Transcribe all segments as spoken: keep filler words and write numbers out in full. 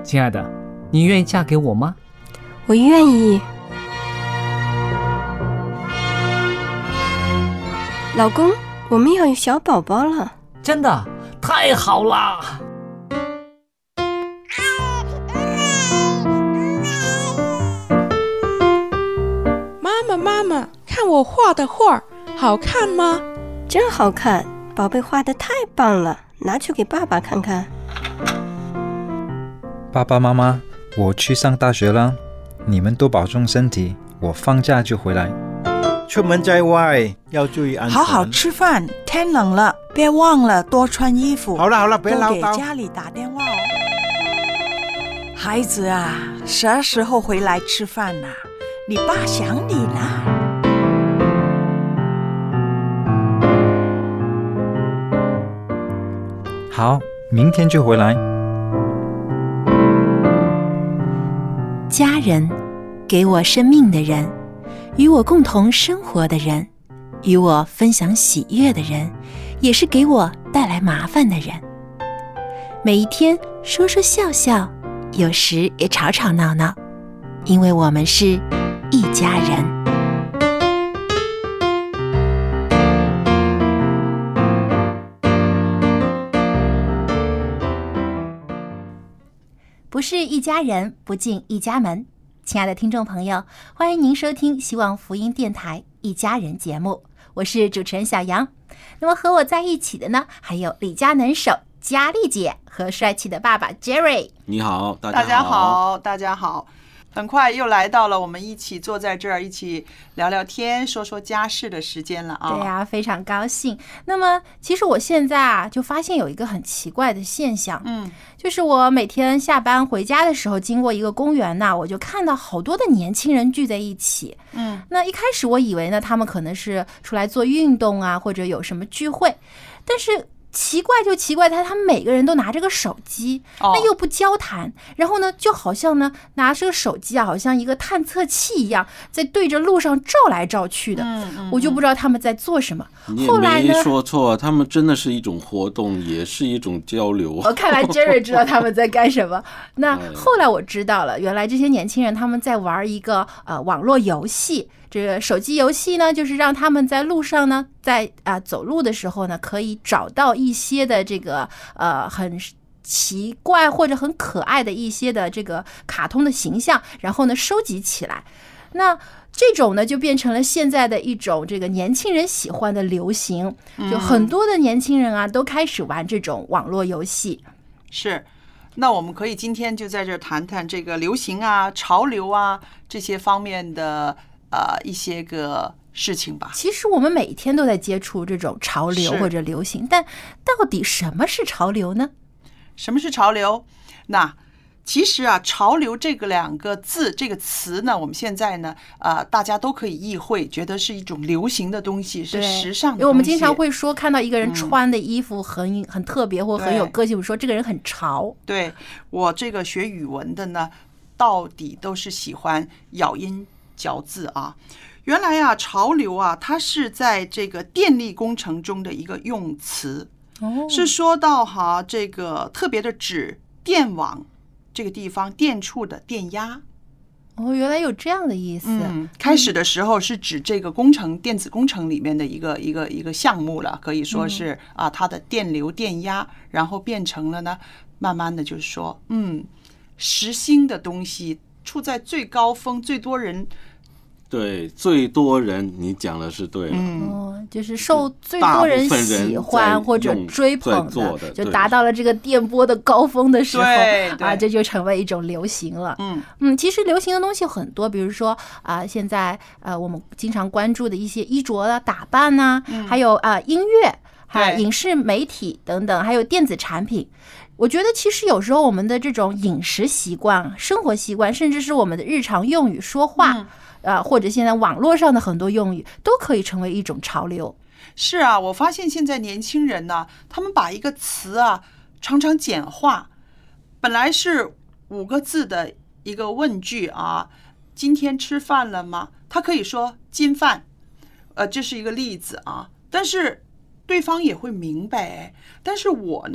亲爱的，你愿意嫁给我吗？ 我愿意。老公，我们要有小宝宝了。 真的？太好了！ 妈妈，妈妈，看我画的画，好看吗？ 真好看，宝贝画得太棒了，拿去给爸爸看看。 爸爸妈妈，我去上大学了，你们多保重身体，我放假就回来。 出门在外要注意安全。 好好吃饭，天冷了，别忘了多穿衣服。 好了好了，别唠叨。 多给家里打电话哦。孩子啊，啥时候回来吃饭啊？你爸想你呢。 好，明天就回来。 家人，给我生命的人，与我共同生活的人，与我分享喜悦的人，也是给我带来麻烦的人。每一天说说笑笑，有时也吵吵闹闹，因为我们是一家人。不是一家人，不进一家门。亲爱的听众朋友，欢迎您收听希望福音电台一家人节目，我是主持人小杨。那么和我在一起的呢，还有李家能手佳丽姐和帅气的爸爸 Jerry。 你好，大家好，大家好，大家好。很快又来到了我们一起坐在这儿一起聊聊天说说家事的时间了啊！ 对啊，非常高兴。那么其实我现在啊就发现有一个很奇怪的现象，嗯，就是我每天下班回家的时候经过一个公园呢，我就看到好多的年轻人聚在一起。嗯，那一开始我以为呢他们可能是出来做运动啊，或者有什么聚会，但是奇怪就奇怪他他们每个人都拿着个手机，那又不交谈，然后呢就好像呢拿着个手机啊，好像一个探测器一样，在对着路上照来照去的。嗯嗯，我就不知道他们在做什么。 你也没说错，他们真的是一种活动，也是一种交流。 我看来 Jerry 知道他们在干什么。那后来我知道了，原来这些年轻人他们在玩一个呃网络游戏。这个手机游戏呢，就是让他们在路上呢，在啊、呃、走路的时候呢，可以找到一些的这个呃很奇怪或者很可爱的一些的这个卡通的形象，然后呢收集起来。那这种呢就变成了现在的一种这个年轻人喜欢的流行，就很多的年轻人啊都开始玩这种网络游戏。 是。那我们可以今天就在这谈谈这个流行啊、潮流啊这些方面的呃一些个事情吧。 其实我们每天都在接触这种潮流或者流行，但到底什么是潮流呢？ 什么是潮流？那其实啊，潮流这个两个字这个词呢，我们现在呢呃大家都可以意会，觉得是一种流行的东西，是时尚的东西。 因为我们经常会说看到一个人穿的衣服很、嗯、很特别或很有个性，我说这个人很潮。 对，我这个学语文的呢到底都是喜欢咬音嚼字啊。原来啊，潮流啊，它是在这个电力工程中的一个用词，哦、是说到哈这个特别的指电网这个地方电处的电压。 哦，原来有这样的意思。 嗯，开始的时候是指这个工程、电子工程里面的一个一个一个项目了，可以说是、嗯、啊，它的电流、电压，然后变成了呢，慢慢的就是说，嗯，时兴的东西处在最高峰，最多人。 对，最多人，你讲的是对了， 嗯、哦，就是受最多人喜欢或者追捧的，就达到了这个电波的高峰的时候啊，这就成为一种流行了。嗯嗯，其实流行的东西很多，比如说啊、呃，现在呃我们经常关注的一些衣着啊、打扮呐、啊嗯，还有啊、呃、音乐、还有影视媒体等等，还有电子产品。我觉得其实有时候我们的这种饮食习惯、生活习惯，甚至是我们的日常用语说话。嗯啊，或者现在网络上的很多用语都可以成为一种潮流。 是啊，我发现现在年轻人呢、啊，他们把一个词啊常常简化，本来是五个字的一个问句啊，今天吃饭了吗？他可以说今饭，呃，这是一个例子啊，但是对方也会明白。但是我呢，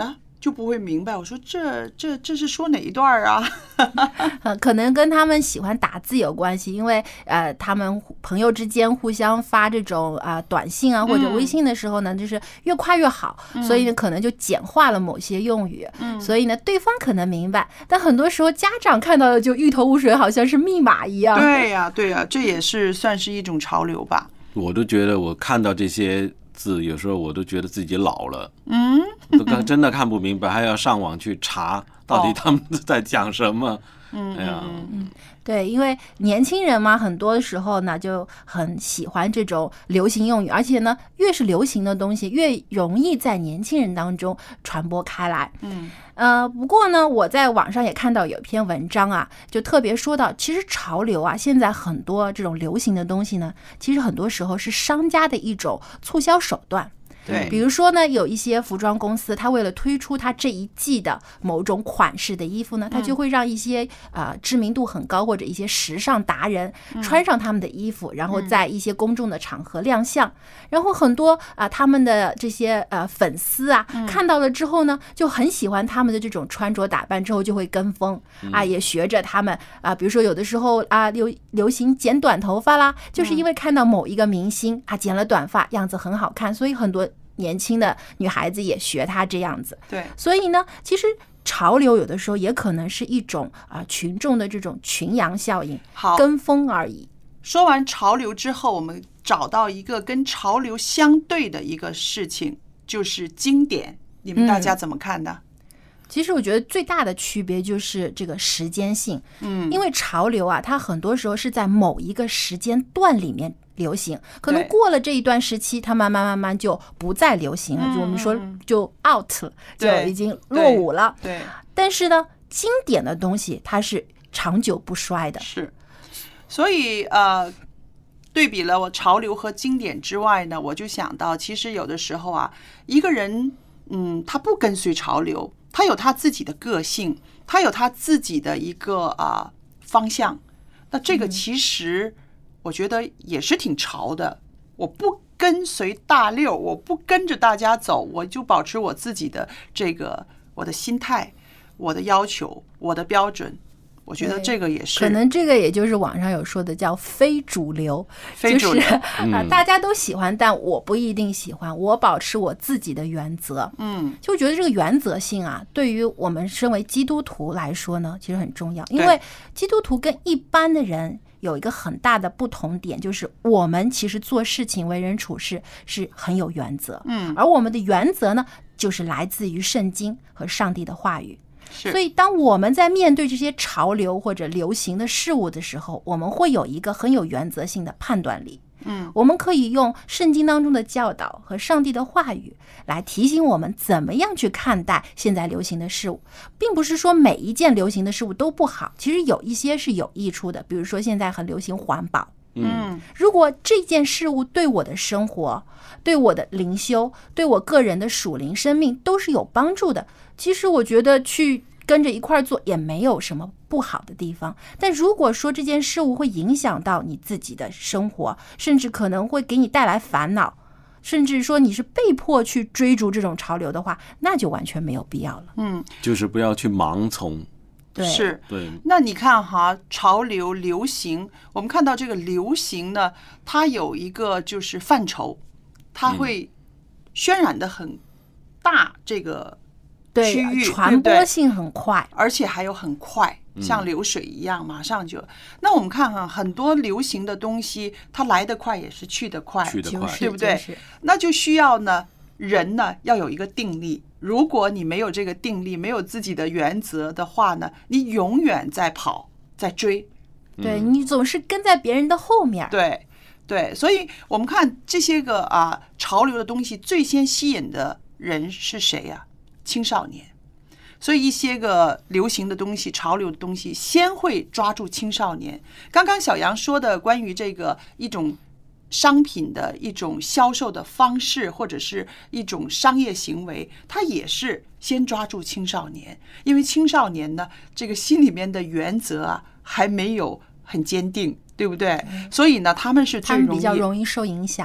就不会明白。我说这这这是说哪一段啊？ 呃，可能跟他们喜欢打字有关系，因为呃，他们朋友之间互相发这种啊、呃、短信啊或者微信的时候呢，嗯、就是越快越好，嗯、所以呢可能就简化了某些用语，嗯、所以呢对方可能明白，但很多时候家长看到的就芋头雾水，好像是密码一样。 对呀、啊，对呀、啊，这也是算是一种潮流吧。 我都觉得我看到这些字，有时候我都觉得自己老了， 嗯， 都真的看不明白，还要上网去查到底他们在讲什么。 嗯， 哎呀， 嗯，对，因为年轻人嘛，很多时候呢就很喜欢这种流行用语，而且呢，越是流行的东西，越容易在年轻人当中传播开来。 嗯， 呃，不过呢，我在网上也看到有一篇文章啊，就特别说到，其实潮流啊，现在很多这种流行的东西呢，其实很多时候是商家的一种促销手段。 对， 比如说呢，有一些服装公司，它为了推出它这一季的某种款式的衣服呢，它就会让一些啊、呃、知名度很高或者一些时尚达人穿上他们的衣服，然后在一些公众的场合亮相。然后很多啊、呃、他们的这些呃粉丝啊看到了之后呢，就很喜欢他们的这种穿着打扮，之后就会跟风啊，也学着他们啊。比如说有的时候啊流流行剪短头发啦，就是因为看到某一个明星啊剪了短发，样子很好看，所以很多年轻的女孩子也学她这样子。 对， 所以呢，其实潮流有的时候也可能是一种啊、呃、群众的这种群羊效应， 好， 跟风而已。 说完潮流之后，我们找到一个跟潮流相对的一个事情，就是经典。你们大家怎么看呢？ 嗯，其实我觉得最大的区别就是这个时间性， 嗯， 因为潮流啊，它很多时候是在某一个时间段里面流行，可能过了这一段时期，它慢慢慢慢就不再流行了，就我们说就 out 了，就已经落伍了。 对， 但是呢，经典的东西它是长久不衰的。 是，所以呃，对比了我潮流和经典之外呢，我就想到，其实有的时候啊，一个人嗯，他不跟随潮流，他有他自己的个性，他有他自己的一个啊、呃、方向。那这个其实我觉得也是挺潮的。我不跟随大流，我不跟着大家走，我就保持我自己的这个我的心态、我的要求、我的标准。我觉得这个也是， 可能这个也就是网上有说的叫非主流， 非主流就是、 嗯啊，大家都喜欢，但我不一定喜欢，我保持我自己的原则。 嗯， 就觉得这个原则性啊，对于我们身为基督徒来说呢，其实很重要，因为基督徒跟一般的人有一个很大的不同点，就是我们其实做事情、为人处事是很有原则， 嗯， 而我们的原则呢，就是来自于圣经和上帝的话语。所以以当我们在面对这些潮流或者流行的事物的时候，我们会有一个很有原则性的判断力。 嗯， 我们可以用圣经当中的教导和上帝的话语来提醒我们怎么样去看待现在流行的事物，并不是说每一件流行的事物都不好，其实有一些是有益处的。比如说现在很流行环保， 嗯， 如果这件事物对我的生活、对我的灵修、对我个人的属灵生命都是有帮助的，其实我觉得去跟着一块做也没有什么不好的地方。但如果说这件事物会影响到你自己的生活，甚至可能会给你带来烦恼，甚至说你是被迫去追逐这种潮流的话，那就完全没有必要了。 嗯， 就是不要去盲从。 对， 是， 对。 那你看哈，潮流、流行，我们看到这个流行呢，它有一个就是范畴，它会渲染的很大，这个区域传播性很快， 而且还有很快，像流水一样，马上就。那我们看哈，很多流行的东西，它来得快也是去得快， 去得快， 对不对？ 就是、 那就需要呢，人呢要有一个定力。如果你没有这个定力，没有自己的原则的话呢，你永远在跑，在追。 对，你总是跟在别人的后面。 对，对，所以我们看这些个啊潮流的东西，最先吸引的人是谁呀、啊？青少年。所以一些个流行的东西、潮流的东西，先会抓住青少年。刚刚小杨说的关于这个一种商品的一种销售的方式，或者是一种商业行为，它也是先抓住青少年，因为青少年呢，这个心里面的原则啊还没有很坚定，对不对？所以呢，他们是最容易， 他们比较容易受影响。 对，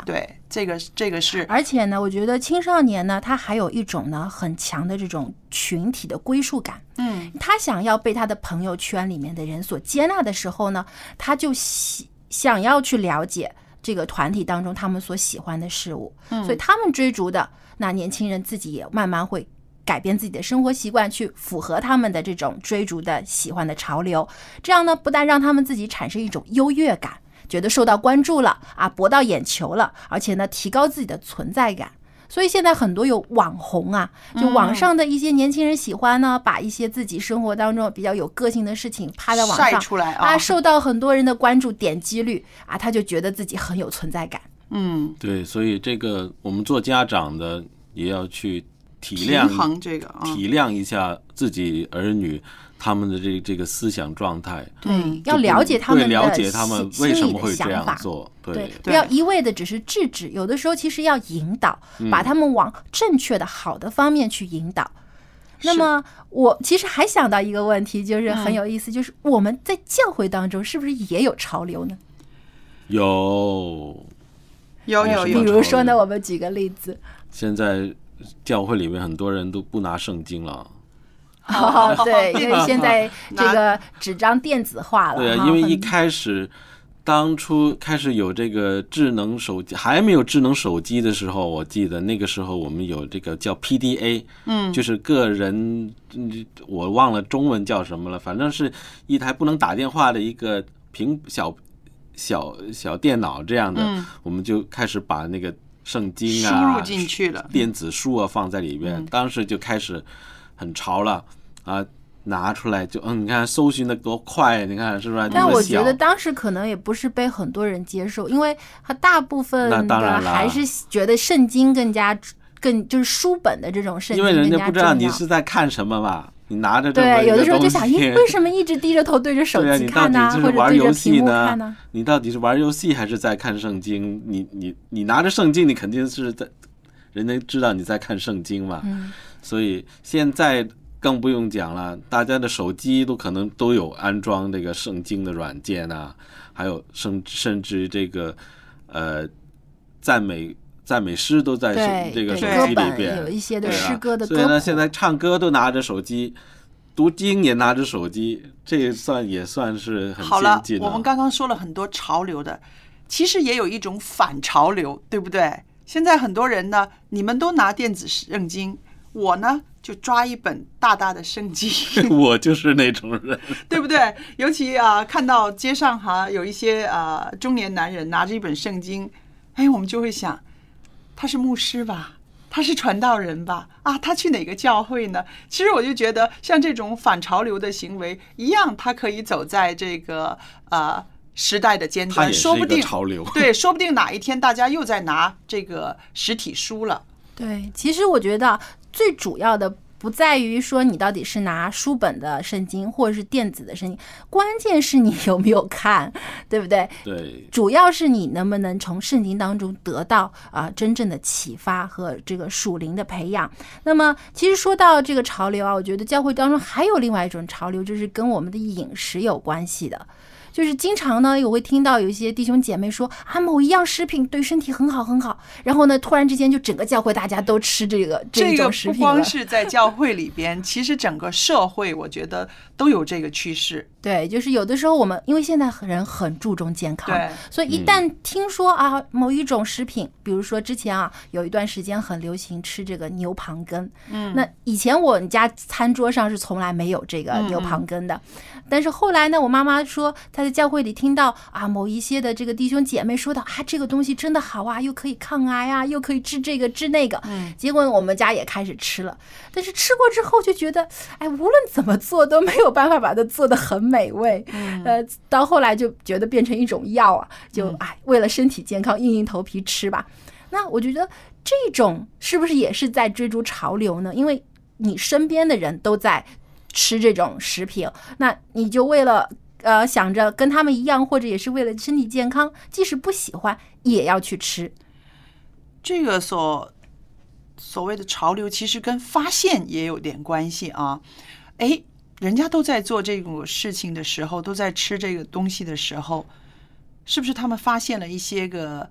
这个这个是， 而且呢，我觉得青少年呢，他还有一种呢很强的这种群体的归属感。 嗯， 他想要被他的朋友圈里面的人所接纳的时候呢，他就喜想要去了解这个团体当中他们所喜欢的事物。嗯，所以他们追逐的，那年轻人自己也慢慢会改变自己的生活习惯，去符合他们的这种追逐的喜欢的潮流。这样呢，不但让他们自己产生一种优越感，觉得受到关注了啊，博到眼球了，而且呢，提高自己的存在感。所以现在很多有网红啊，就网上的一些年轻人喜欢呢，把一些自己生活当中比较有个性的事情趴在网上晒出来 啊, 啊，受到很多人的关注，点击率啊，他就觉得自己很有存在感。 嗯， 对，所以这个我们做家长的也要去体谅平衡这个、啊、 体谅一下自己儿女他们的这这个思想状态， 对，要了解他们的了解他们为什么会这样做， 对，对，不要一味的只是制止，有的时候其实要引导，把他们往正确的好的方面去引导。那么我其实还想到一个问题，就是很有意思，就是我们在教会当中是不是也有潮流呢？ 有， 有有有。 比如说呢，我们举个例子， 现在教会里面很多人都不拿圣经了。 哦，对，因为现在这个纸张电子化了。 对啊，因为一开始当初开始有这个智能手机，还没有智能手机的时候，我记得那个时候我们有这个叫 P D A， 嗯，就是个人，我忘了中文叫什么了，反正是一台不能打电话的一个平小小小电脑这样的，嗯，我们就开始把那个圣经啊输入进去了， 电子书啊放在里边，嗯，当时就开始很潮了啊。拿出来就嗯，你看搜寻的多快，你看是不是？ 但我觉得当时可能也不是被很多人接受，因为他大部分的还是觉得圣经更加更就是书本的这种圣经更加重要， 因为人家不知道你是在看什么嘛，你拿着这么一个东西， 对，有的时候就想，咦，为什么一直低着头对着手机看呢，啊？或者对着屏幕看呢？ 你到底是玩游戏还是在看圣经？你你你拿着圣经，你肯定是在，人家知道你在看圣经嘛。嗯，所以现在更不用讲了，大家的手机都可能都有安装这个圣经的软件啊，还有甚甚至这个呃赞美赞美诗都在这个手机里边， 有一些的诗歌的歌谱。 所以呢，现在唱歌都拿着手机，读经也拿着手机，这算也算是很先进的。 好了，我们刚刚说了很多潮流的，其实也有一种反潮流，对不对？现在很多人呢，你们都拿电子圣经，我呢就抓一本大大的圣经。 我就是那种人， 对不对？尤其啊，看到街上哈有一些啊中年男人拿着一本圣经，哎，我们就会想，他是牧师吧？他是传道人吧？啊，他去哪个教会呢？其实我就觉得，像这种反潮流的行为一样，他可以走在这个呃时代的尖端，说不定潮流， 对，说不定哪一天大家又在拿这个实体书了。 对，其实我觉得最主要的不在于说你到底是拿书本的圣经或者是电子的圣经，关键是你有没有看，对不对？ 对， 主要是你能不能从圣经当中得到啊、呃、真正的启发和这个属灵的培养。那么其实说到这个潮流啊，我觉得教会当中还有另外一种潮流，就是跟我们的饮食有关系的。就是经常呢，我会听到有一些弟兄姐妹说啊，某一样食品对身体很好很好，然后呢，突然之间就整个教会大家都吃这个这种食品了。 这个不光是在教会里边，其实整个社会我觉得都有这个趋势。 对，就是有的时候我们因为现在人很注重健康，所以一旦听说啊某一种食品，比如说之前啊有一段时间很流行吃这个牛蒡根，嗯，那以前我们家餐桌上是从来没有这个牛蒡根的，嗯、但是后来呢，我妈妈说她在教会里听到啊某一些的这个弟兄姐妹说到啊这个东西真的好啊，又可以抗癌啊，又可以治这个治那个，嗯，结果我们家也开始吃了，但是吃过之后就觉得，哎，无论怎么做都没有办法把它做得很美味，嗯、呃，到后来就觉得变成一种药啊，就哎，为了身体健康，硬硬头皮吃吧。那我觉得这种是不是也是在追逐潮流呢？因为你身边的人都在吃这种食品，那你就为了呃想着跟他们一样，或者也是为了身体健康，即使不喜欢也要去吃。 这个所所谓的潮流，其实跟发现也有点关系啊。哎。人家都在做这种事情的时候，都在吃这个东西的时候，是不是他们发现了一些个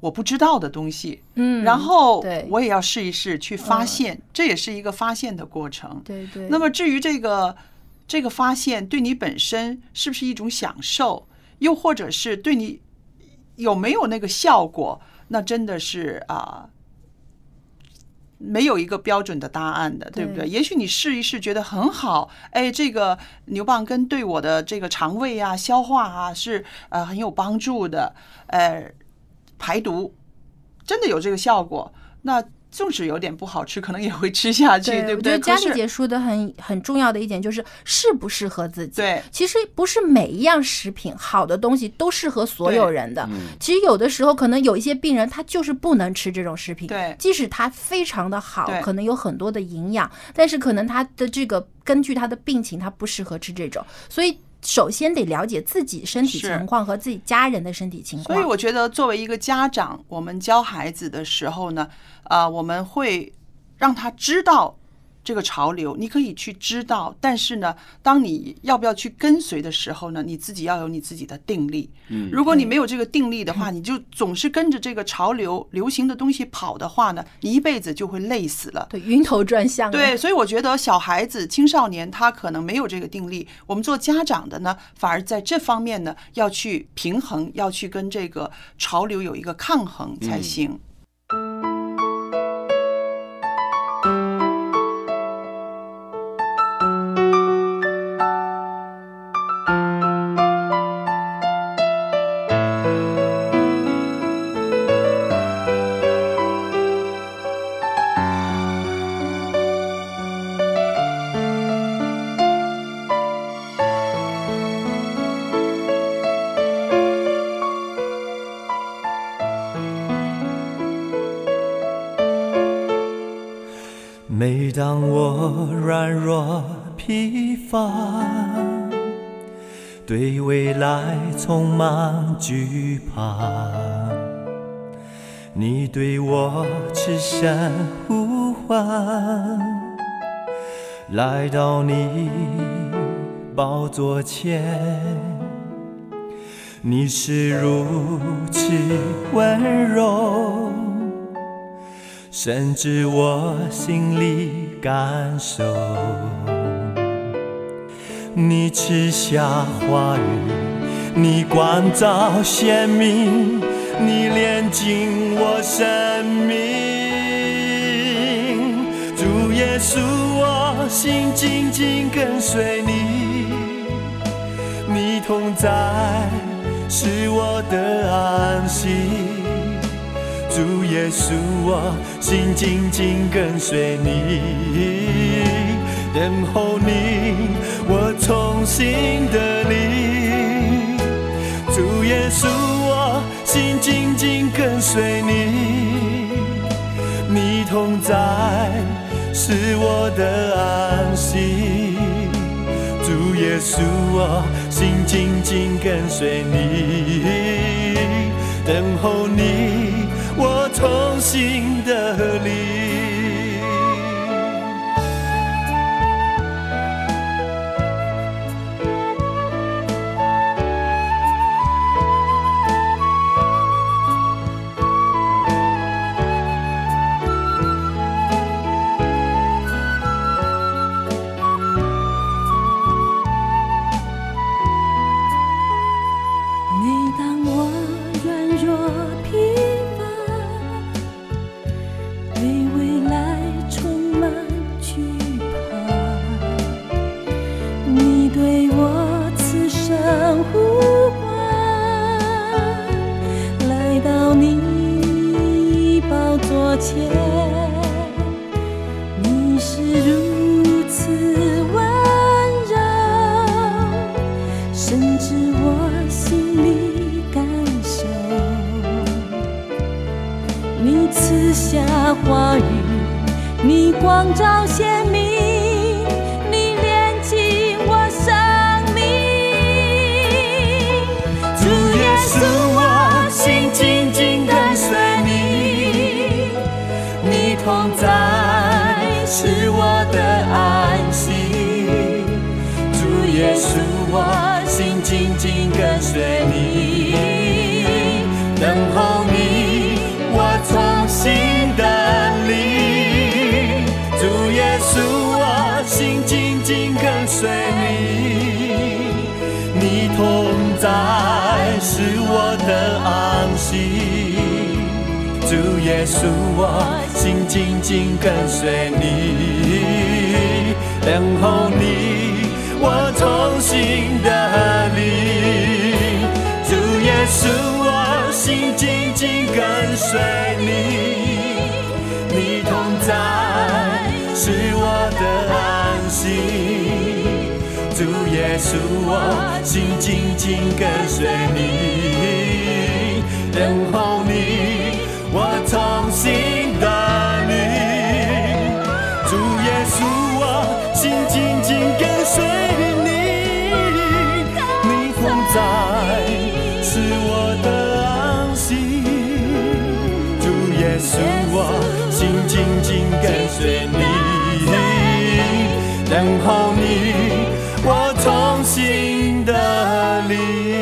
我不知道的东西， 嗯， 然后对我也要试一试去发现，这也是一个发现的过程。 对对。 那么至于这个这个发现对你本身是不是一种享受，又或者是对你有没有那个效果，那真的是啊、呃，没有一个标准的答案的，对不对？也许你试一试觉得很好，哎，这个牛蒡根对我的这个肠胃啊、消化啊是呃很有帮助的，呃，排毒真的有这个效果，那纵使有点不好吃，可能也会吃下去， 对, 对不对？ 我觉得佳丽姐说的很很重要的一点就是适不适合自己。 对， 其实不是每一样食品好的东西都适合所有人的。嗯、其实有的时候可能有一些病人他就是不能吃这种食品， 对， 即使它非常的好，可能有很多的营养，但是可能他的这个根据他的病情，他不适合吃这种，所以。首先得了解自己身体情况和自己家人的身体情况。 所以我觉得作为一个家长，我们教孩子的时候呢，呃，我们会让他知道这个潮流，你可以去知道，但是呢，当你要不要去跟随的时候呢，你自己要有你自己的定力。嗯，如果你没有这个定力的话，你就总是跟着这个潮流流行的东西跑的话呢，你一辈子就会累死了。 对，晕头转向。 对，所以我觉得小孩子、青少年他可能没有这个定力，我们做家长的呢，反而在这方面呢要去平衡，要去跟这个潮流有一个抗衡才行。嗯每当我软弱疲乏，对未来充满惧怕，你对我痴声呼唤，来到你宝座前，你是如此温柔，甚至我心里感受，你赐下话语，你光照鲜明，你炼净我生命。主耶稣，我心紧紧跟随你，你同在是我的安息。主耶稣，我心紧紧跟随你，等候你，我重新得力。主耶稣，我心紧紧跟随你，你同在是我的安息。主耶稣，我心紧紧跟随你，等候你，我重新得力。 你是如此温柔，甚至我心里感受。你赐下话语，你光照鲜明，你炼净我生命。主耶稣，我心紧紧跟随你，你同在是我的安息。主耶稣，我心紧紧跟随你，等候你， 耶稣，我心紧紧跟随你，然后你我同行的灵。主耶稣，我心紧紧跟随你，你同在是我的安息。主耶稣，我心紧紧跟随你，然后你我同行的灵。主耶稣，我心紧紧跟随你，你同在是我的安息。主耶稣，我心紧紧跟随你，然后你我同行的灵。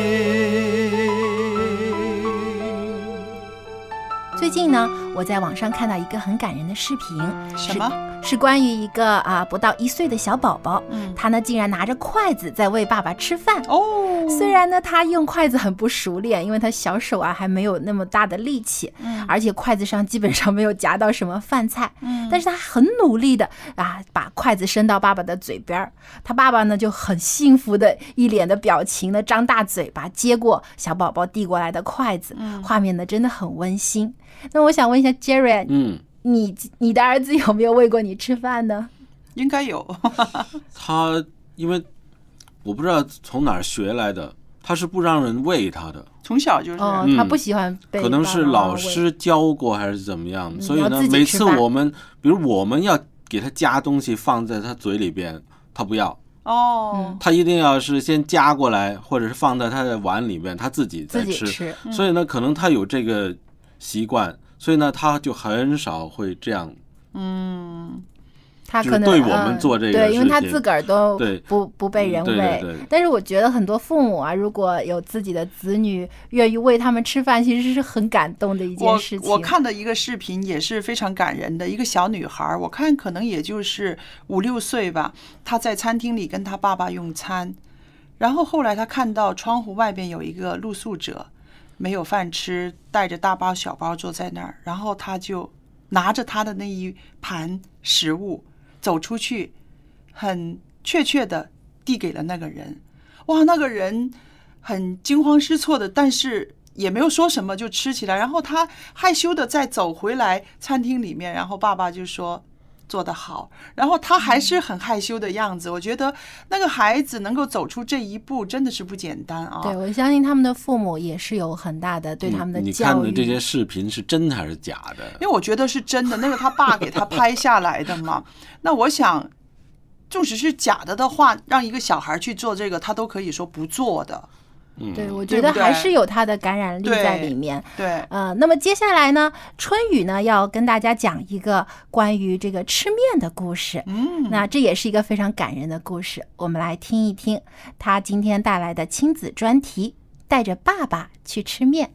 最近呢，我在网上看到一个很感人的视频， 什么？ 是, 是关于一个啊不到一岁的小宝宝，嗯，他呢竟然拿着筷子在喂爸爸吃饭哦。虽然呢他用筷子很不熟练，因为他小手啊还没有那么大的力气，嗯，而且筷子上基本上没有夹到什么饭菜，嗯，但是他很努力的啊把筷子伸到爸爸的嘴边，他爸爸呢就很幸福的一脸的表情呢，张大嘴巴接过小宝宝递过来的筷子，嗯，画面呢真的很温馨。那我想问一下 Jerry， 嗯，你你的儿子有没有喂过你吃饭呢？ 应该有。 他因为我不知道从哪儿学来的，他是不让人喂他的， 从小就是， 哦，他不喜欢被可能是老师教过还是怎么样，嗯，所以呢，每次我们比如我们要给他夹东西放在他嘴里边，他不要。哦，他一定要是先夹过来，或者是放在他的碗里面，他自己再吃。 吃嗯，所以呢，可能他有这个习惯，所以呢，他就很少会这样。嗯， 他可能对我们做这个事情， 对，因为他自个儿都不不被人喂。 对对对对， 但是我觉得很多父母啊，如果有自己的子女愿意喂他们吃饭，其实是很感动的一件事情。 我, 我看的一个视频也是非常感人的，一个小女孩，我看可能也就是五六岁吧，她在餐厅里跟她爸爸用餐，然后后来她看到窗户外边有一个露宿者没有饭吃，带着大包小包坐在那儿，然后她就拿着她的那一盘食物走出去，很确切的递给了那个人。哇，那个人很惊慌失措的，但是也没有说什么就吃起来，然后他害羞的再走回来餐厅里面，然后爸爸就说做得好，然后他还是很害羞的样子。我觉得那个孩子能够走出这一步真的是不简单啊。 对，我相信他们的父母也是有很大的对他们的教育。 你看的这些视频是真的还是假的？ 因为我觉得是真的，那个他爸给他拍下来的嘛。那我想纵使是假的的话，让一个小孩去做这个，他都可以说不做的。 对，我觉得还是有它的感染力在里面。 对，对呃，那么接下来呢，春雨呢要跟大家讲一个关于这个吃面的故事。嗯，那这也是一个非常感人的故事，我们来听一听他今天带来的亲子专题，带着爸爸去吃面。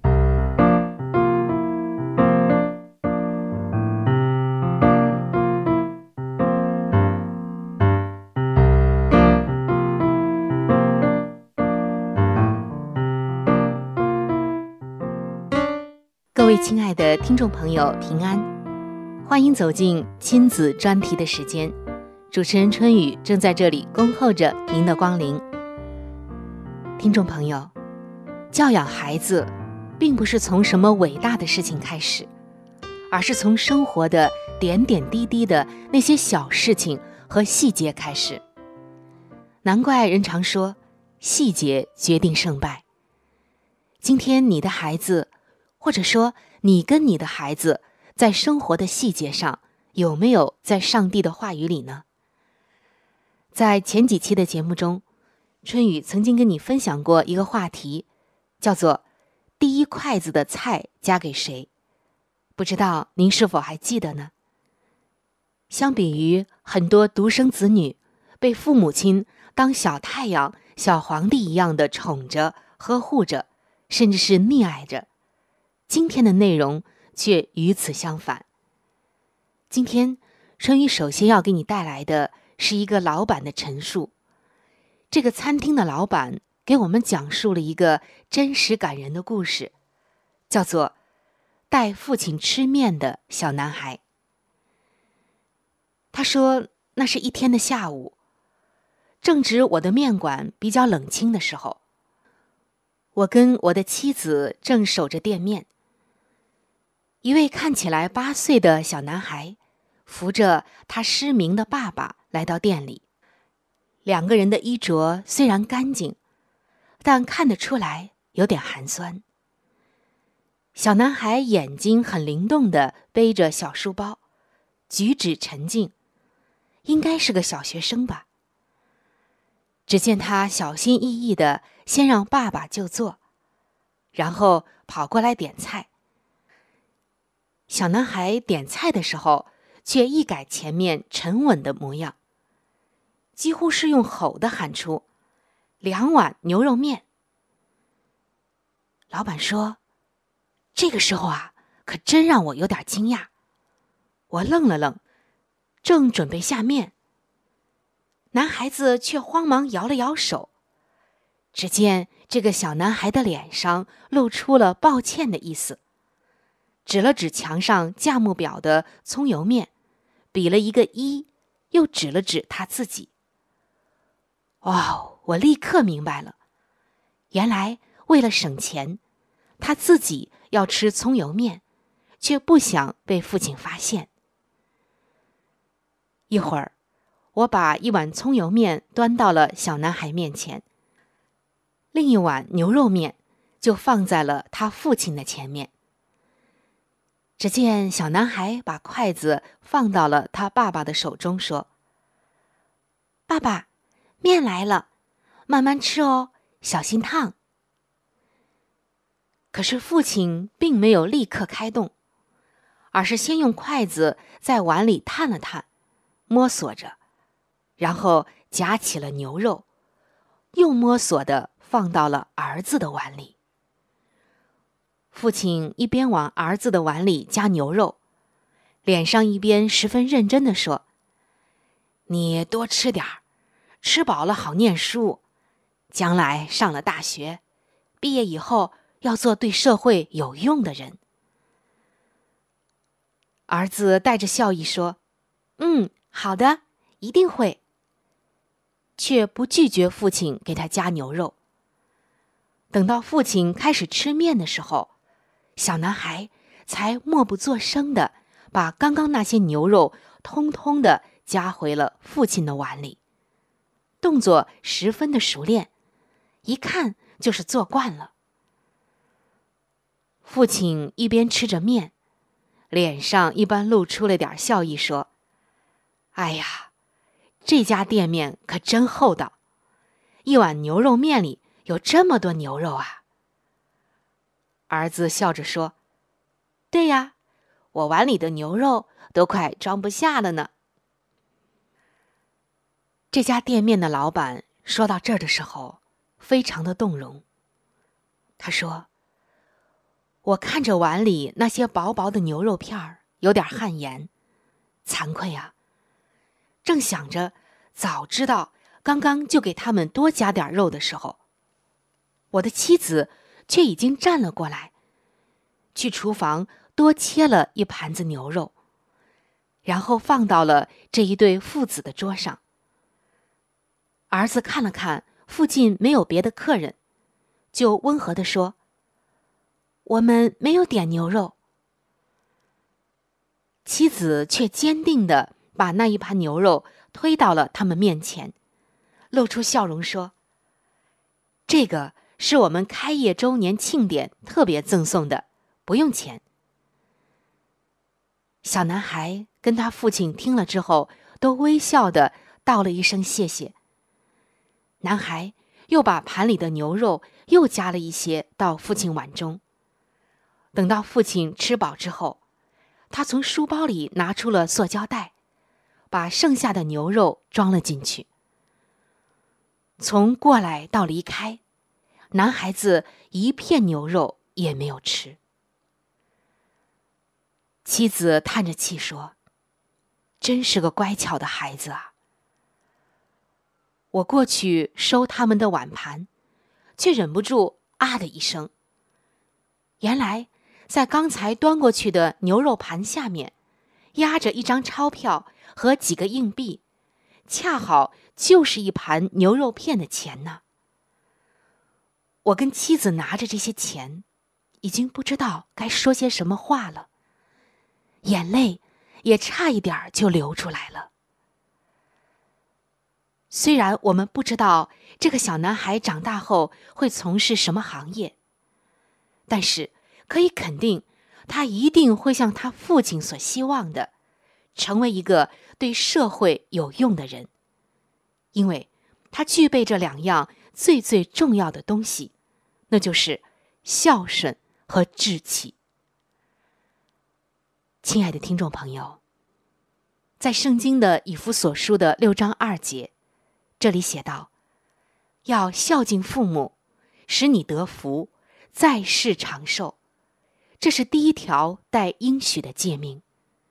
各位亲爱的听众朋友，平安，欢迎走进亲子专题的时间。主持人春雨正在这里恭候着您的光临。听众朋友，教养孩子并不是从什么伟大的事情开始，而是从生活的点点滴滴的那些小事情和细节开始。难怪人常说，细节决定胜败。今天你的孩子，或者说你跟你的孩子在生活的细节上有没有在上帝的话语里呢？在前几期的节目中，春雨曾经跟你分享过一个话题，叫做第一筷子的菜夹给谁？不知道您是否还记得呢？相比于很多独生子女被父母亲当小太阳、小皇帝一样的宠着、呵护着，甚至是溺爱着，今天的内容却与此相反。今天春雨首先要给你带来的是一个老板的陈述。这个餐厅的老板给我们讲述了一个真实感人的故事，叫做带父亲吃面的小男孩。他说，那是一天的下午，正值我的面馆比较冷清的时候，我跟我的妻子正守着店面。一位看起来八岁的小男孩扶着他失明的爸爸来到店里。两个人的衣着虽然干净，但看得出来有点寒酸。小男孩眼睛很灵动地背着小书包，举止沉静，应该是个小学生吧。只见他小心翼翼地先让爸爸就坐，然后跑过来点菜。小男孩点菜的时候却一改前面沉稳的模样，几乎是用吼的喊出两碗牛肉面。老板说，这个时候啊，可真让我有点惊讶。我愣了愣，正准备下面，男孩子却慌忙摇了摇手。只见这个小男孩的脸上露出了抱歉的意思，指了指墙上价目表的葱油面，比了一个一，又指了指他自己。哦，我立刻明白了，原来为了省钱，他自己要吃葱油面，却不想被父亲发现。一会儿，我把一碗葱油面端到了小男孩面前，另一碗牛肉面就放在了他父亲的前面。只见小男孩把筷子放到了他爸爸的手中，说：“爸爸，面来了，慢慢吃哦，小心烫。”可是父亲并没有立刻开动，而是先用筷子在碗里探了探，摸索着，然后夹起了牛肉，又摸索地放到了儿子的碗里。父亲一边往儿子的碗里加牛肉，脸上一边十分认真地说：“你多吃点儿，吃饱了好念书，将来上了大学，毕业以后要做对社会有用的人。”儿子带着笑意说：“嗯，好的，一定会。”却不拒绝父亲给他加牛肉。等到父亲开始吃面的时候，小男孩才默不作声地把刚刚那些牛肉通通地夹回了父亲的碗里，动作十分的熟练，一看就是做惯了。父亲一边吃着面，脸上一般露出了点笑意，说：“哎呀，这家店面可真厚道，一碗牛肉面里有这么多牛肉啊。”儿子笑着说：“对呀，我碗里的牛肉都快装不下了呢。”这家店面的老板说到这儿的时候，非常的动容。他说：“我看着碗里那些薄薄的牛肉片儿，有点汗颜，惭愧啊！正想着早知道刚刚就给他们多加点肉的时候，我的妻子却已经站了过来，去厨房多切了一盘子牛肉，然后放到了这一对父子的桌上。儿子看了看附近没有别的客人，就温和地说：“我们没有点牛肉。”妻子却坚定地把那一盘牛肉推到了他们面前，露出笑容说：“这个是我们开业周年庆典特别赠送的，不用钱。”小男孩跟他父亲听了之后，都微笑地道了一声谢谢。男孩又把盘里的牛肉又加了一些到父亲碗中。等到父亲吃饱之后，他从书包里拿出了塑胶袋，把剩下的牛肉装了进去。从过来到离开，男孩子一片牛肉也没有吃。妻子叹着气说：“真是个乖巧的孩子啊。”我过去收他们的碗盘，却忍不住啊的一声。原来在刚才端过去的牛肉盘下面压着一张钞票和几个硬币，恰好就是一盘牛肉片的钱呢。我跟妻子拿着这些钱，已经不知道该说些什么话了，眼泪也差一点就流出来了。虽然我们不知道这个小男孩长大后会从事什么行业，但是可以肯定，他一定会像他父亲所希望的，成为一个对社会有用的人，因为他具备这两样最最重要的东西，那就是孝顺和志气。亲爱的听众朋友，在圣经的以弗所书的六章二节，这里写道：要孝敬父母，使你得福，在世长寿。这是第一条带应许的诫命。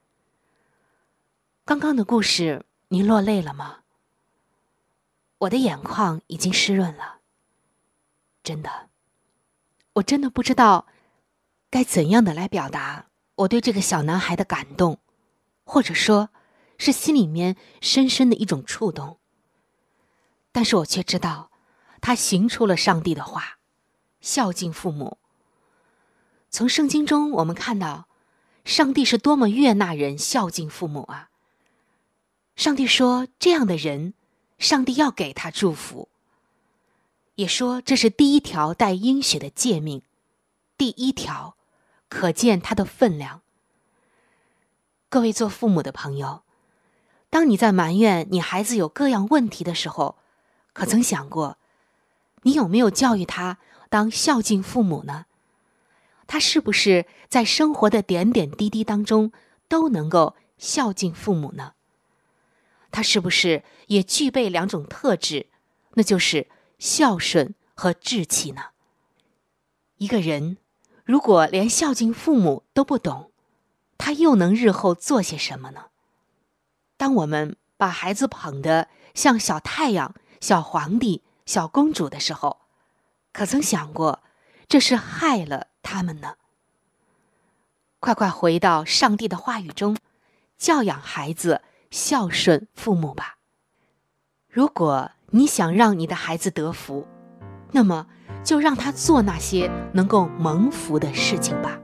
刚刚的故事，您落泪了吗？我的眼眶已经湿润了。真的，我真的不知道该怎样的来表达我对这个小男孩的感动，或者说是心里面深深的一种触动。但是我却知道，他行出了上帝的话，孝敬父母。从圣经中我们看到，上帝是多么悦纳人孝敬父母啊！上帝说，这样的人，上帝要给他祝福。也说这是第一条带应许的诫命，第一条，可见它的分量。各位做父母的朋友，当你在埋怨你孩子有各样问题的时候，可曾想过，你有没有教育他当孝敬父母呢？他是不是在生活的点点滴滴当中都能够孝敬父母呢？他是不是也具备两种特质，那就是孝顺和志气呢？一个人如果连孝敬父母都不懂，他又能日后做些什么呢？当我们把孩子捧得像小太阳、小皇帝、小公主的时候，可曾想过这是害了他们呢？快快回到上帝的话语中，教养孩子，孝顺父母吧。如果你想让你的孩子得福，那么就让他做那些能够蒙福的事情吧。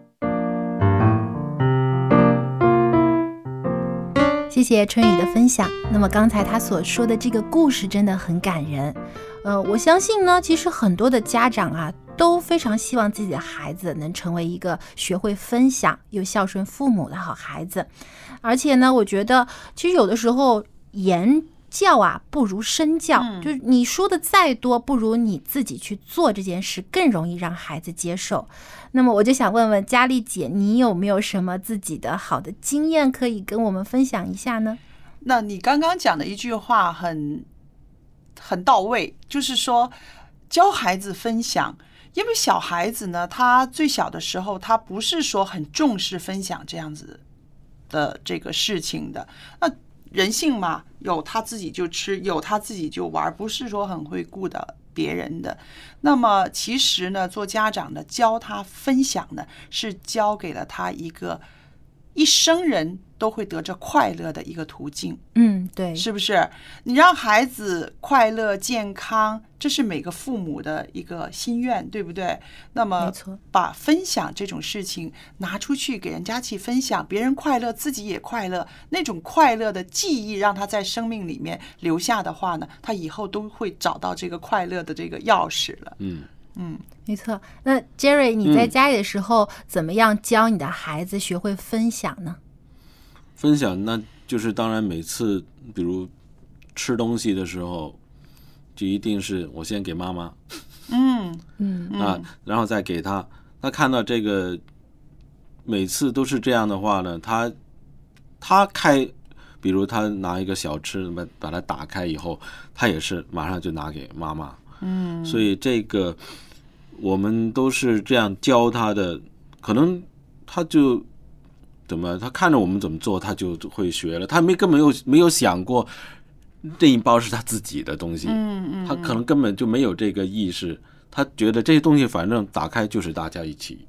谢谢春雨的分享。那么刚才他所说的这个故事真的很感人。呃，我相信呢，其实很多的家长啊，都非常希望自己的孩子能成为一个学会分享又孝顺父母的好孩子。而且呢，我觉得其实有的时候言教啊不如身教，嗯、就是你说的再多，不如你自己去做这件事更容易让孩子接受。那么我就想问问佳丽姐，你有没有什么自己的好的经验可以跟我们分享一下呢？ 那你刚刚讲的一句话很很到位，就是说教孩子分享。因为小孩子呢，他最小的时候，他不是说很重视分享这样子的这个事情的。那人性嘛，有他自己就吃，有他自己就玩，不是说很会顾的别人的。那么其实呢，做家长的教他分享呢，是教给了他一个一生人都会得着快乐的一个途径。 嗯，对， 是不是？你让孩子快乐健康，这是每个父母的一个心愿，对不对？那么把分享这种事情拿出去给人家去分享，别人快乐自己也快乐，那种快乐的记忆让他在生命里面留下的话呢，他以后都会找到这个快乐的这个钥匙了。 嗯嗯， 没错。那 Jerry， 你在家里的时候、嗯、怎么样教你的孩子学会分享呢？ 分享那就是当然每次比如吃东西的时候，就一定是我先给妈妈， 嗯嗯啊，然后再给他。他看到这个每次都是这样的话呢，他他开，比如他拿一个小吃，把把它打开以后，他也是马上就拿给妈妈。 嗯， 所以这个我们都是这样教他的，可能他就。怎么？他看着我们怎么做，他就会学了。他没根本没有没有想过这一包是他自己的东西， 嗯嗯， 他可能根本就没有这个意识。他觉得这些东西反正打开就是大家一起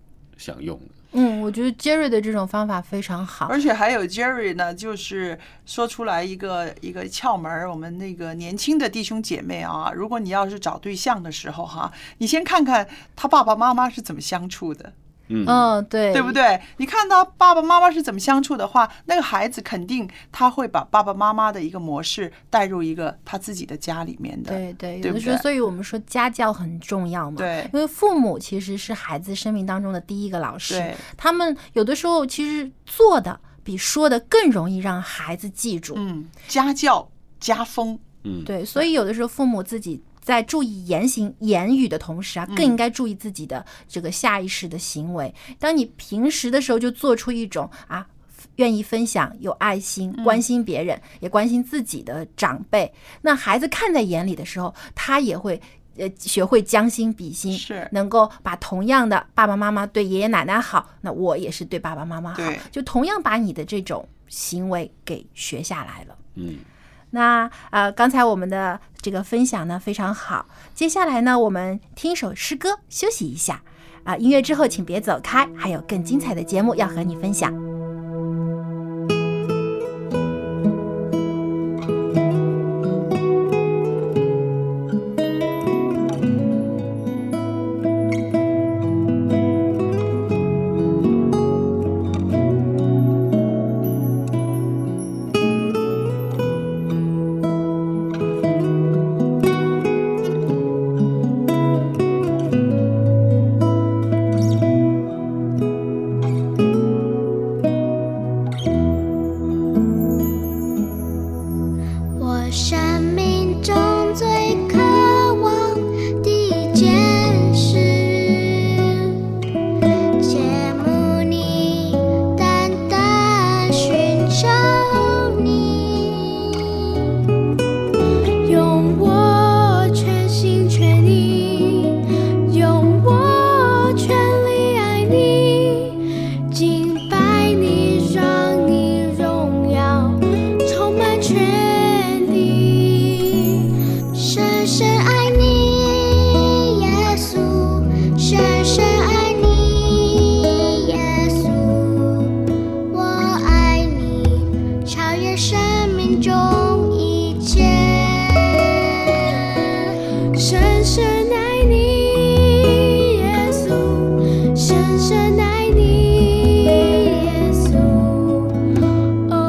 想用的。 嗯，我觉得 Jerry 的这种方法非常好， 而且还有 Jerry 呢，就是说出来一个一个窍门，我们那个年轻的弟兄姐妹啊，如果你要是找对象的时候哈，你先看看他爸爸妈妈是怎么相处的。 嗯、哦，对， 对不对？你看到爸爸妈妈是怎么相处的话，那个孩子肯定他会把爸爸妈妈的一个模式带入一个他自己的家里面的。 对对， 对不对？ 有的时候，所以我们说家教很重要嘛。 对， 因为父母其实是孩子生命当中的第一个老师。 对， 他们有的时候其实做的比说的更容易让孩子记住。 嗯，家教家风。 嗯， 对，所以有的时候父母自己在注意言行言语的同时啊，更应该注意自己的这个下意识的行为。当你平时的时候就做出一种啊愿意分享、有爱心、关心别人、也关心自己的长辈，那孩子看在眼里的时候，他也会呃学会将心比心， 是能够把同样的爸爸妈妈对爷爷奶奶好，那我也是对爸爸妈妈好，就同样把你的这种行为给学下来了。 嗯。 那呃，刚才我们的这个分享呢非常好，接下来呢，我们听一首诗歌休息一下啊、呃，音乐之后请别走开，还有更精彩的节目要和你分享。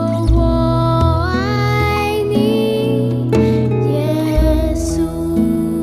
耶稣。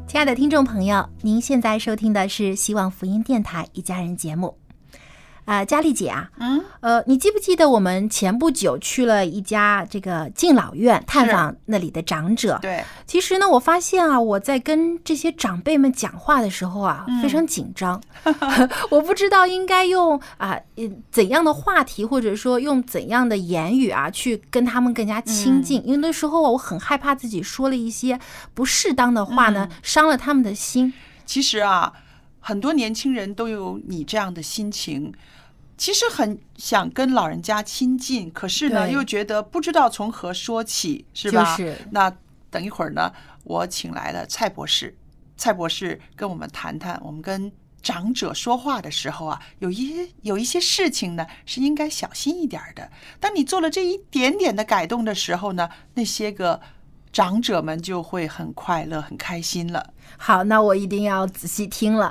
亲爱的听众朋友，您现在收听的是希望福音电台一家人节目。呃，佳丽姐啊，嗯，呃，你记不记得我们前不久去了一家这个敬老院，探访那里的长者？对，其实呢，我发现啊，我在跟这些长辈们讲话的时候啊，嗯、非常紧张，我不知道应该用啊、呃、怎样的话题，或者说用怎样的言语啊，去跟他们更加亲近。嗯、因为那时候我很害怕自己说了一些不适当的话呢，嗯、伤了他们的心。 其实啊，很多年轻人都有你这样的心情。其实很想跟老人家亲近，可是呢又觉得不知道从何说起，是吧？就是。那等一会儿呢，我请来了蔡博士，蔡博士跟我们谈谈，我们跟长者说话的时候啊，有一有一些事情呢是应该小心一点的。当你做了这一点点的改动的时候呢，那些个长者们就会很快乐、很开心了。 好，那我一定要仔细听了。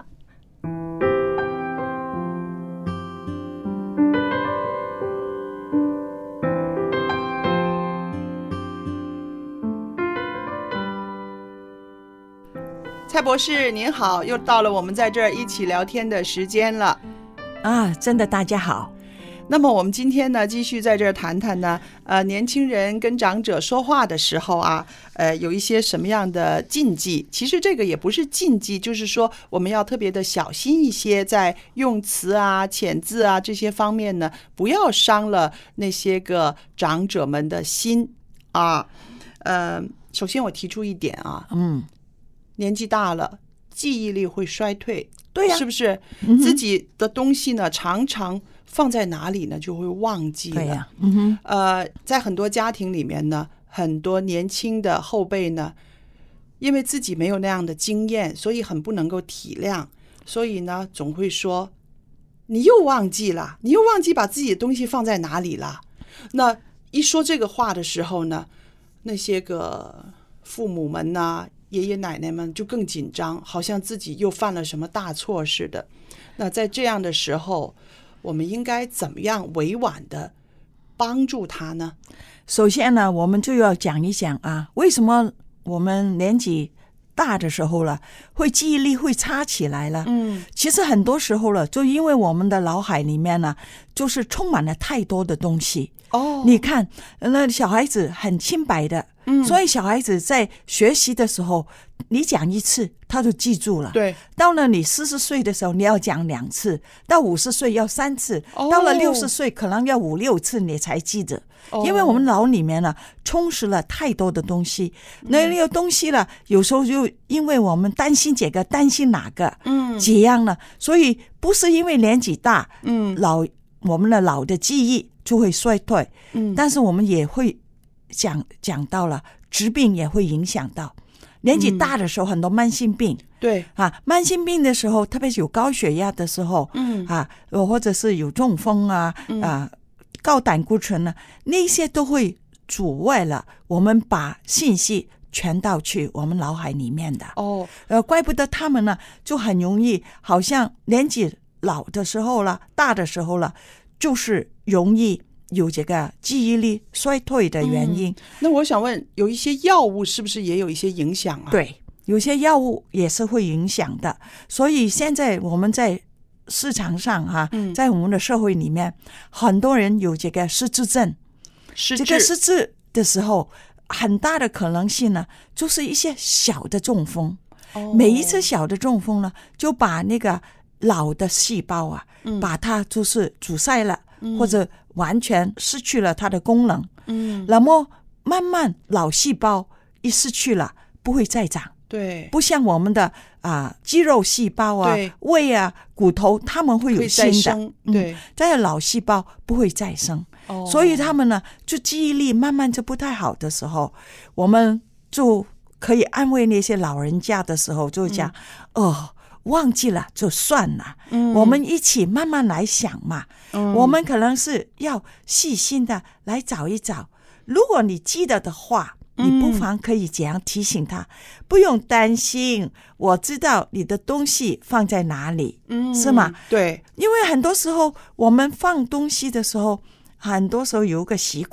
蔡博士您好，又到了我们在这儿一起聊天的时间了啊！真的，大家好。 那么我们今天呢，继续在这儿谈谈呢，呃，年轻人跟长者说话的时候啊，呃，有一些什么样的禁忌？其实这个也不是禁忌，就是说我们要特别的小心一些，在用词啊、遣字啊这些方面呢，不要伤了那些个长者们的心啊。呃，首先我提出一点啊，嗯。年纪大了，记忆力会衰退，对呀、啊，是不是？嗯、自己的东西呢，常常放在哪里呢，就会忘记了。对呀、啊，嗯哼。呃，在很多家庭里面呢，很多年轻的后辈呢，因为自己没有那样的经验，所以很不能够体谅，所以呢，总会说：“你又忘记了，你又忘记把自己的东西放在哪里了。”那一说这个话的时候呢，那些个父母们呢，爷爷奶奶们就更紧张，好像自己又犯了什么大错似的。那在这样的时候，我们应该怎么样委婉的帮助他呢？ 首先呢，我们就要讲一讲啊，为什么我们年纪大的时候了，会记忆力会差起来了？嗯，其实很多时候了，就因为我们的脑海里面呢，就是充满了太多的东西。哦，你看，那小孩子很清白的。嗯，所以小孩子在学习的时候，你讲一次他就记住了。对，到了你四十岁的时候，你要讲两次；到五十岁要三次；哦、到了六十岁可能要五六次你才记得。哦、因为我们脑里面呢充实了太多的东西，那那个东西了，有时候就因为我们担心这个担心哪个，嗯，这样呢，所以不是因为年纪大，嗯，老我们的脑的记忆就会衰退，嗯，但是我们也会。讲讲到了疾病也会影响到年纪大的时候，很多慢性病，对、嗯、啊，慢性病的时候，特别是有高血压的时候，嗯啊，或者是有中风啊，嗯、啊，高胆固醇啊，那些都会阻碍了我们把信息传到去我们脑海里面的。哦，呃，怪不得他们呢就很容易，好像年纪老的时候了，大的时候了，就是容易。有这个记忆力衰退的原因、嗯、 那我想问，有一些药物是不是也有一些影响啊？ 对，有些药物也是会影响的。所以现在我们在市场上哈、嗯，在我们的社会里面，很多人有这个失智症。失智这个失智的时候，很大的可能性呢，就是一些小的中风。哦、每一次小的中风呢，就把那个老的细胞啊，嗯、把它就是阻塞了。或者完全失去了它的功能，嗯，那么慢慢老细胞一失去了，不会再长，对，不像我们的啊、呃、肌肉细胞啊、胃啊、骨头，他们会有新的，对，嗯、但是老细胞不会再生，哦，所以他们呢，就记忆力慢慢就不太好的时候，我们就可以安慰那些老人家的时候，就讲、嗯、哦。忘记了就算了、嗯、我们一起慢慢来想嘛、嗯、我们可能是要细心的来找一找，如果你记得的话、嗯、你不妨可以这样提醒他，不用担心，我知道你的东西放在哪里、嗯、是吗？对，因为很多时候我们放东西的时候，很多时候有一个习惯，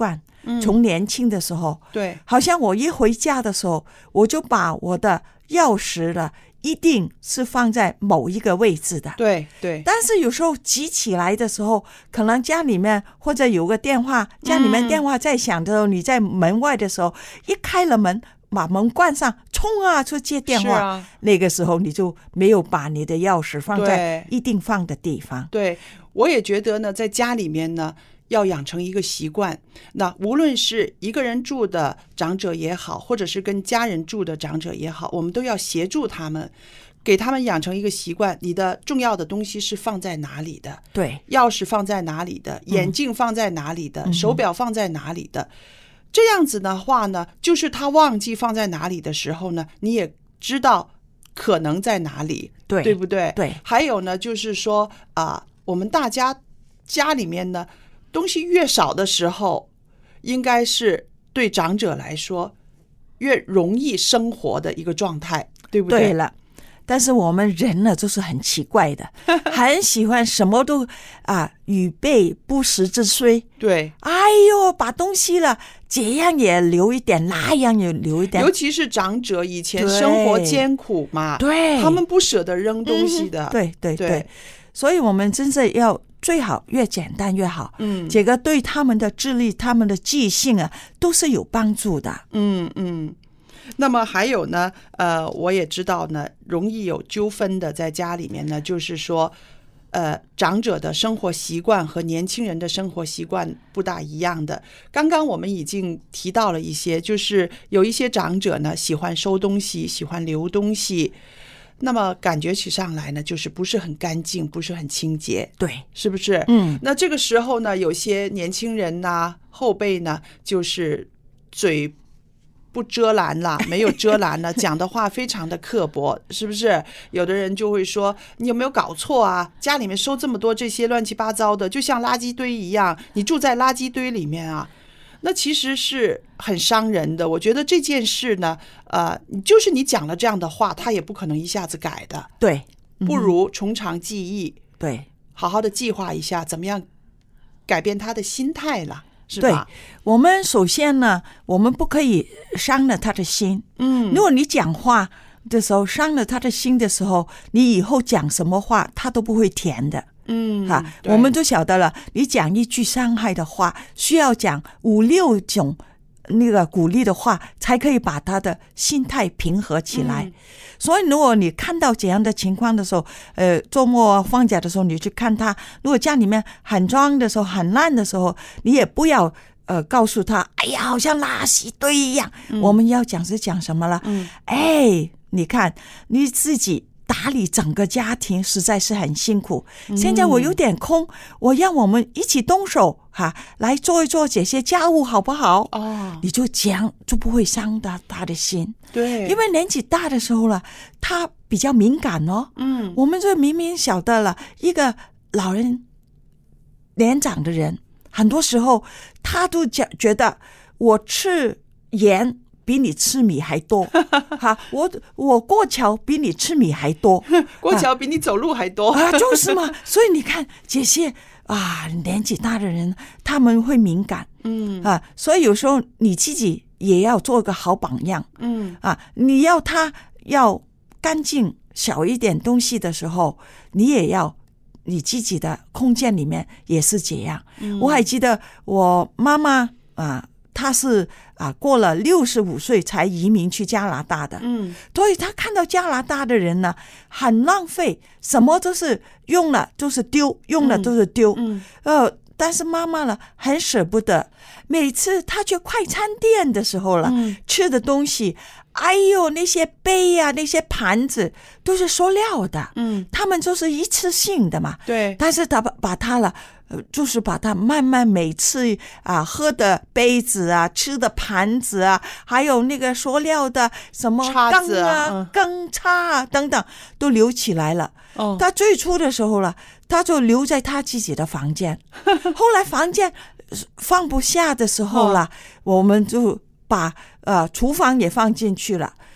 从年轻的时候， 对， 好像我一回家的时候，我就把我的钥匙了一定是放在某一个位置的， 对对。 但是有时候急起来的时候，可能家里面或者有个电话，家里面电话在响的时候，嗯、你在门外的时候，一开了门，把门关上，冲啊去接电话， 啊、 那个时候你就没有把你的钥匙放在一定放的地方。 对，我也觉得呢，在家里面呢，要养成一个习惯，那无论是一个人住的长者也好，或者是跟家人住的长者也好，我们都要协助他们，给他们养成一个习惯，你的重要的东西是放在哪里的， 对， 钥匙放在哪里的，眼镜放在哪里的，嗯、手表放在哪里的，这样子的话呢，就是他忘记放在哪里的时候呢，你也知道可能在哪里， 对， 对不对？ 对。 还有呢，就是说啊、呃，我们大家家里面呢，东西越少的时候，应该是对长者来说越容易生活的一个状态，对不对？ 对了，但是我们人呢，就是很奇怪的，很喜欢什么都啊，预备不时之需。 对， 哎呦，把东西了，这样也留一点，那样也留一点。 尤其是长者，以前生活艰苦嘛， 对， 他们不舍得扔东西的。 嗯、对对 对, 对， 所以我们真是要最好越简单越好。 嗯， 这个对他们的智力、他们的记性啊，都是有帮助的。 嗯嗯。那么还有呢，呃，我也知道呢，容易有纠纷的在家里面呢，就是说，呃，长者的生活习惯和年轻人的生活习惯不大一样的。刚刚我们已经提到了一些，就是有一些长者呢喜欢收东西，喜欢留东西，那么感觉起上来呢，就是不是很干净，不是很清洁， 对， 是不是？ 嗯， 那这个时候呢，有些年轻人呐、后辈呢，就是嘴不遮拦啦，没有遮拦了，讲的话非常的刻薄，是不是？有的人就会说，你有没有搞错啊？家里面收这么多这些乱七八糟的，就像垃圾堆一样，你住在垃圾堆里面啊，那其实是很伤人的。我觉得这件事呢，呃，就是你讲了这样的话，他也不可能一下子改的。 对， 嗯、不如从长计议， 对， 好好的计划一下，怎么样改变他的心态了。是吧？ 对，我们首先呢，我们不可以伤了他的心。 嗯， 如果你讲话的时候伤了他的心的时候，你以后讲什么话他都不会甜的。 嗯， 哈，我们都晓得了，你讲一句伤害的话，需要讲五六种那个鼓励的话，才可以把他的心态平和起来。嗯、所以如果你看到这样的情况的时候，呃，周末放假的时候你去看他，如果家里面很脏的时候，很烂的时候，你也不要呃告诉他，哎呀，好像垃圾堆一样。嗯、我们要讲是讲什么了？ 嗯， 哎，你看你自己打理整个家庭实在是很辛苦，现在我有点空，我让我们一起动手哈、啊，来做一做这些家务好不好？ 哦， 你就讲就不会伤到他的心。 对， 因为年纪大的时候了，他比较敏感哦。 嗯， 我们就明明晓得了，一个老人年长的人，很多时候他都觉得我吃盐比你吃米还多，哈，我我过桥比你吃米还多， 过桥比你走路还多啊，就是嘛。所以你看这些啊，年纪大的人他们会敏感， 嗯啊，所以有时候你自己也要做个好榜样， 嗯啊，你要他要干净少一点东西的时候，你也要你自己的空间里面也是这样。 嗯、 我还记得我妈妈啊。他是啊，过了六十五岁才移民去加拿大的， 嗯， 所以他看到加拿大的人呢，很浪费，什么都是用了就是丢，用了都是丢， 嗯， 呃，但是妈妈呢，很舍不得，每次他去快餐店的时候了， 嗯、 吃的东西，哎呦，那些杯啊，那些盘子都是塑料的， 嗯， 他们就是一次性的嘛， 对， 但是他把把它了。就是把它慢慢每次啊喝的杯子啊吃的盘子啊还有那个塑料的什么缸啊羹叉啊等等都留起来了。 哦， 他最初的时候了他就留在他自己的房间后来房间放不下的时候了、哦、我们就把呃厨房也放进去了、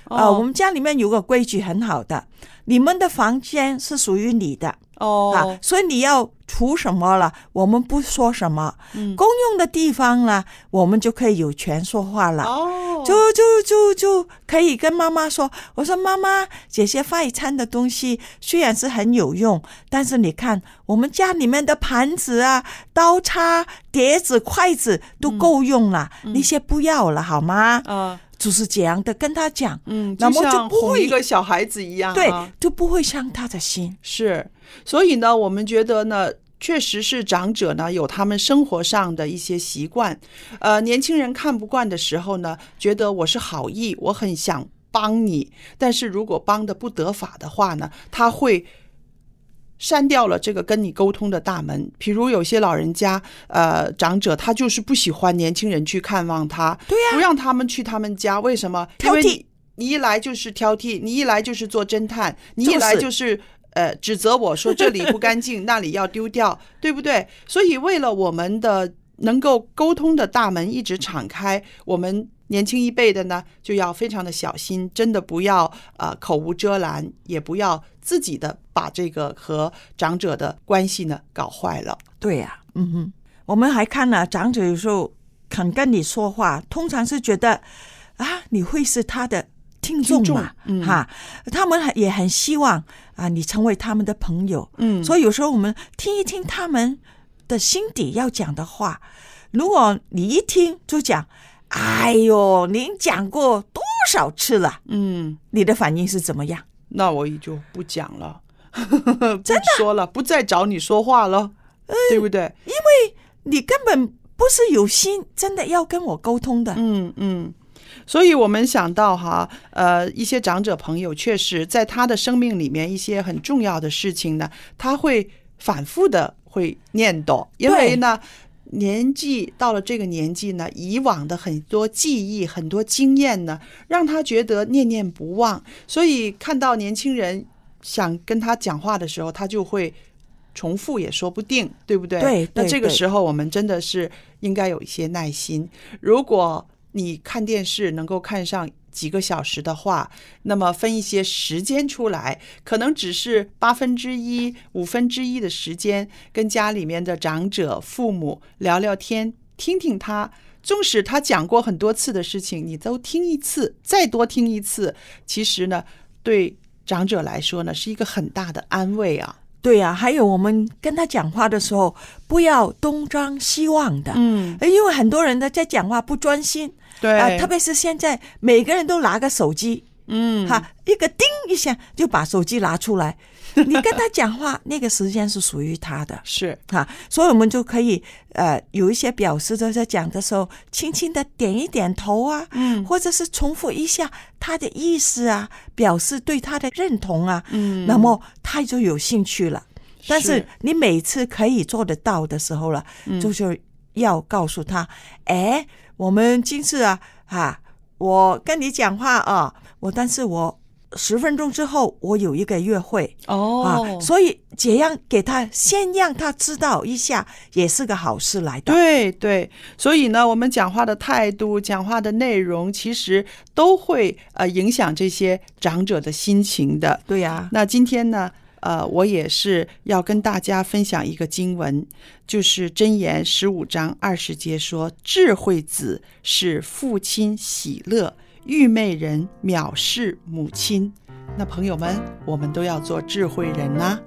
呃，我们家里面有个规矩很好的，你们的房间是属于你的哦、 啊，所以你要除什么了，我们不说什么。嗯，公用的地方呢，我们就可以有权说话了。哦，就就就就可以跟妈妈说，我说妈妈，这些快餐的东西虽然是很有用，但是你看我们家里面的盘子啊、刀叉、碟子、筷子都够用了，嗯、那些不要了好吗？嗯。就是这样的跟他讲， 嗯，就像哄一个小孩子一样、啊， 对，就不会伤他的心。 是，所以呢，我们觉得呢，确实是长者呢有他们生活上的一些习惯，呃，年轻人看不惯的时候呢，觉得我是好意，我很想帮你，但是如果帮的不得法的话呢，他会删掉了这个跟你沟通的大门。比如有些老人家呃长者他就是不喜欢年轻人去看望他， 对呀、啊， 不让他们去他们家，为什么？ 挑剔， 你一来就是挑剔，你一来就是做侦探，你一来就是、就是、呃指责我说这里不干净那里要丢掉，对不对？所以为了我们的能够沟通的大门一直敞开，我们年轻一辈的呢就要非常的小心，真的不要呃口无遮拦，也不要自己的把这个和长者的关系呢搞坏了。 对呀、啊，嗯哼，我们还看了、啊、长者有时候肯跟你说话，通常是觉得啊你会是他的听众嘛，嗯、哈，他们也很希望啊你成为他们的朋友，嗯，所以有时候我们听一听他们的心底要讲的话，如果你一听就讲，哎呦，您讲过多少次了？嗯，你的反应是怎么样？ 那我也就不讲了， 真的说了，不再找你说话了，呃、对不对？ 因为你根本不是有心真的要跟我沟通的。 嗯嗯，所以我们想到哈，呃，一些长者朋友确实在他的生命里面一些很重要的事情呢，他会反复的会念叨，因为呢。年纪到了这个年纪呢，以往的很多记忆很多经验呢让他觉得念念不忘，所以看到年轻人想跟他讲话的时候，他就会重复也说不定，对不对？ 对， 那这个时候我们真的是应该有一些耐心。如果你看电视能够看上几个小时的话，那么分一些时间出来，可能只是八分之一、五分之一的时间，跟家里面的长者、父母聊聊天，听听他。纵使他讲过很多次的事情，你都听一次，再多听一次，其实呢，对长者来说呢，是一个很大的安慰啊。 对啊，还有我们跟他讲话的时候，不要东张西望的，嗯，因为很多人呢在讲话不专心。 对、 呃，特别是现在每个人都拿个手机，嗯，哈，一个叮一下就把手机拿出来，你跟他讲话，那个时间是属于他的， 是哈，所以我们就可以呃有一些表示的，在讲的时候，轻轻的点一点头啊，嗯，或者是重复一下他的意思啊，表示对他的认同啊，嗯，那么他就有兴趣了。但是你每次可以做得到的时候了，嗯、就是要告诉他，哎。我们今次啊，啊，我跟你讲话啊，我但是我十分钟之后我有一个约会哦、啊，所以这样给他先让他知道一下，也是个好事来的。 对对，所以呢，我们讲话的态度、讲话的内容，其实都会呃影响这些长者的心情的。 对呀、啊， 那今天呢？呃，我也是要跟大家分享一个经文，就是箴言十五章二十节说，智慧子使父亲喜乐，愚昧人藐视母亲。那朋友们，我们都要做智慧人啊。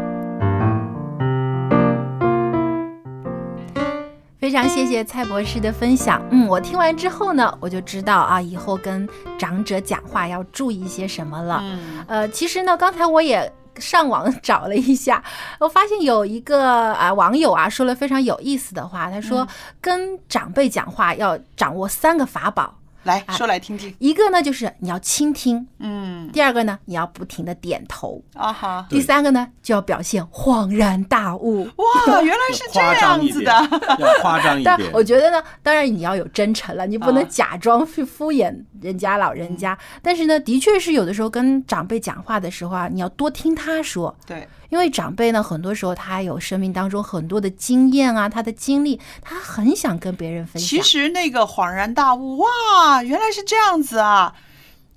非常谢谢蔡博士的分享。嗯，我听完之后呢，我就知道啊，以后跟长者讲话要注意些什么了。嗯，呃，其实呢，刚才我也上网找了一下，我发现有一个啊网友啊说了非常有意思的话，他说、嗯、跟长辈讲话要掌握三个法宝。 来说来听听、啊、 一个呢就是你要倾听，嗯，第二个呢你要不停的点头啊哈，第三个呢就要表现恍然大悟。 哇，原来是这样子的， 要夸张一点。 但我觉得呢，当然你要有真诚了，你不能假装去敷衍人家老人家、嗯、但是呢的确是有的时候跟长辈讲话的时候啊，你要多听他说。 对， 因为长辈呢很多时候他有生命当中很多的经验啊，他的经历，他很想跟别人分享。 其实那个恍然大悟，哇，原来是这样子啊，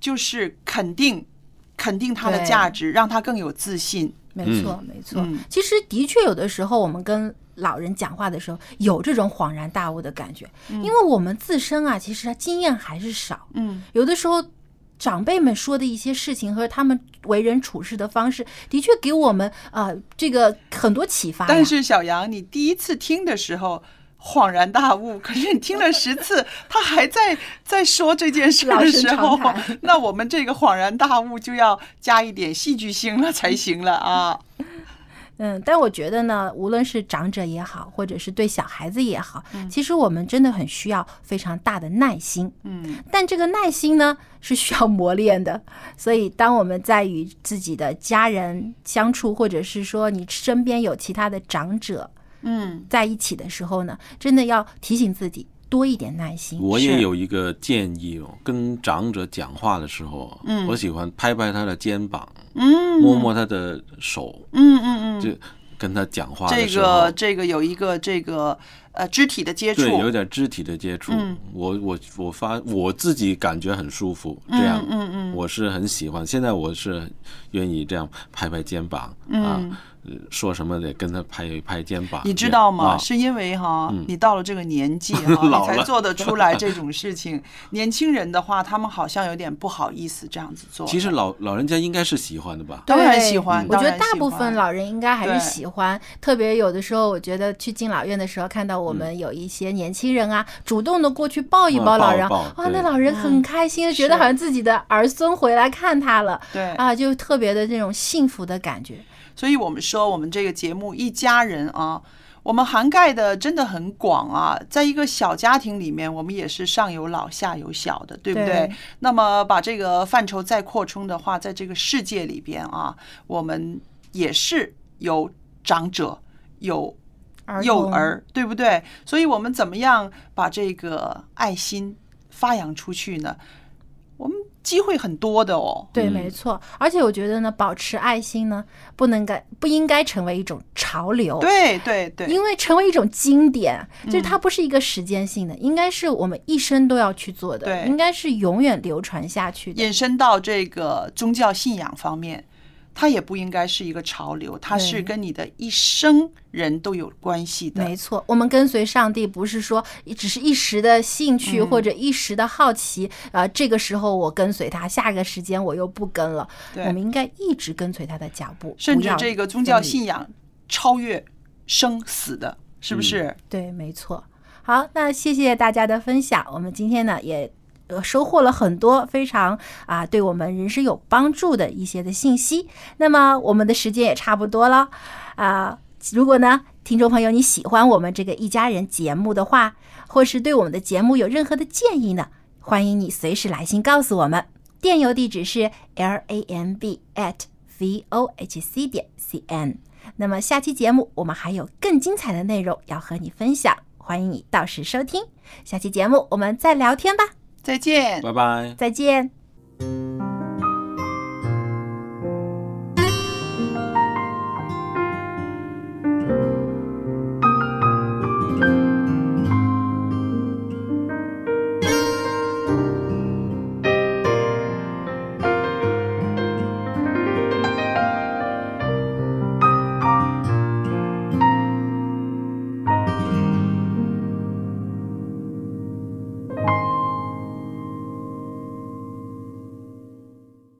就是肯定肯定他的价值，让他更有自信。 没错没错、嗯、其实的确有的时候我们跟老人讲话的时候有这种恍然大悟的感觉、嗯、因为我们自身啊其实经验还是少，嗯，有的时候长辈们说的一些事情和他们为人处事的方式的确给我们呃这个很多启发。 但是小杨，你第一次听的时候恍然大悟，可是你听了十次他还在在说这件事的时候，那我们这个恍然大悟就要加一点戏剧性了才行了啊。 嗯，但我觉得呢，无论是长者也好，或者是对小孩子也好、嗯、其实我们真的很需要非常大的耐心。嗯，但这个耐心呢是需要磨练的，所以当我们在与自己的家人相处，或者是说你身边有其他的长者嗯在一起的时候呢，真的要提醒自己多一点耐心。 我也有一个建议哦，跟长者讲话的时候，嗯，我喜欢拍拍他的肩膀，嗯，摸摸他的手， 嗯嗯嗯， 就跟他讲话的时候， 这个这个有一个这个呃肢体的接触， 对，有点肢体的接触，嗯、我我我发我自己感觉很舒服，这样，嗯 嗯, 嗯，我是很喜欢。现在我是愿意这样拍拍肩膀、嗯、啊。说什么得跟他拍一拍肩膀， 你知道吗？啊、是因为哈、嗯，你到了这个年纪哈，你才做得出来这种事情。年轻人的话，他们好像有点不好意思这样子做。 其实老老人家应该是喜欢的吧？ 当然喜欢， 我觉得大部分老人应该还是喜欢。特别有的时候，我觉得去敬老院的时候，看到我们有一些年轻人啊，嗯、主动的过去抱一抱老人，哇、啊，那老人很开心，嗯、觉得好像自己的儿孙回来看他了， 对啊，就特别的这种幸福的感觉。 所以我们说我们这个节目一家人啊，我们涵盖的真的很广啊，在一个小家庭里面，我们也是上有老下有小的，对不对？对，那么把这个范畴再扩充的话，在这个世界里边啊，我们也是有长者有幼儿，对不对？所以我们怎么样把这个爱心发扬出去呢？我们机会很多的哦。 对，没错。而且我觉得呢，保持爱心呢，不能该不应该成为一种潮流。 对对对， 因为成为一种经典，就是它不是一个时间性的，嗯、应该是我们一生都要去做的， 对， 应该是永远流传下去的。 延伸到这个宗教信仰方面，它也不应该是一个潮流，它是跟你的一生人都有关系的。 没错，我们跟随上帝不是说只是一时的兴趣或者一时的好奇，嗯呃、这个时候我跟随他，下个时间我又不跟了。我们应该一直跟随他的脚步， 甚至这个宗教信仰超越生死的，是不是？嗯、 对，没错。好，那谢谢大家的分享，我们今天呢也呃，收获了很多非常啊，对我们人生有帮助的一些的信息。那么我们的时间也差不多了啊。如果呢，听众朋友你喜欢我们这个一家人节目的话，或是对我们的节目有任何的建议呢，欢迎你随时来信告诉我们。电邮地址是 l a m b at v o h c 点 c n。那么下期节目我们还有更精彩的内容要和你分享，欢迎你到时收听。下期节目我们再聊天吧。 再见， 拜拜， 再见。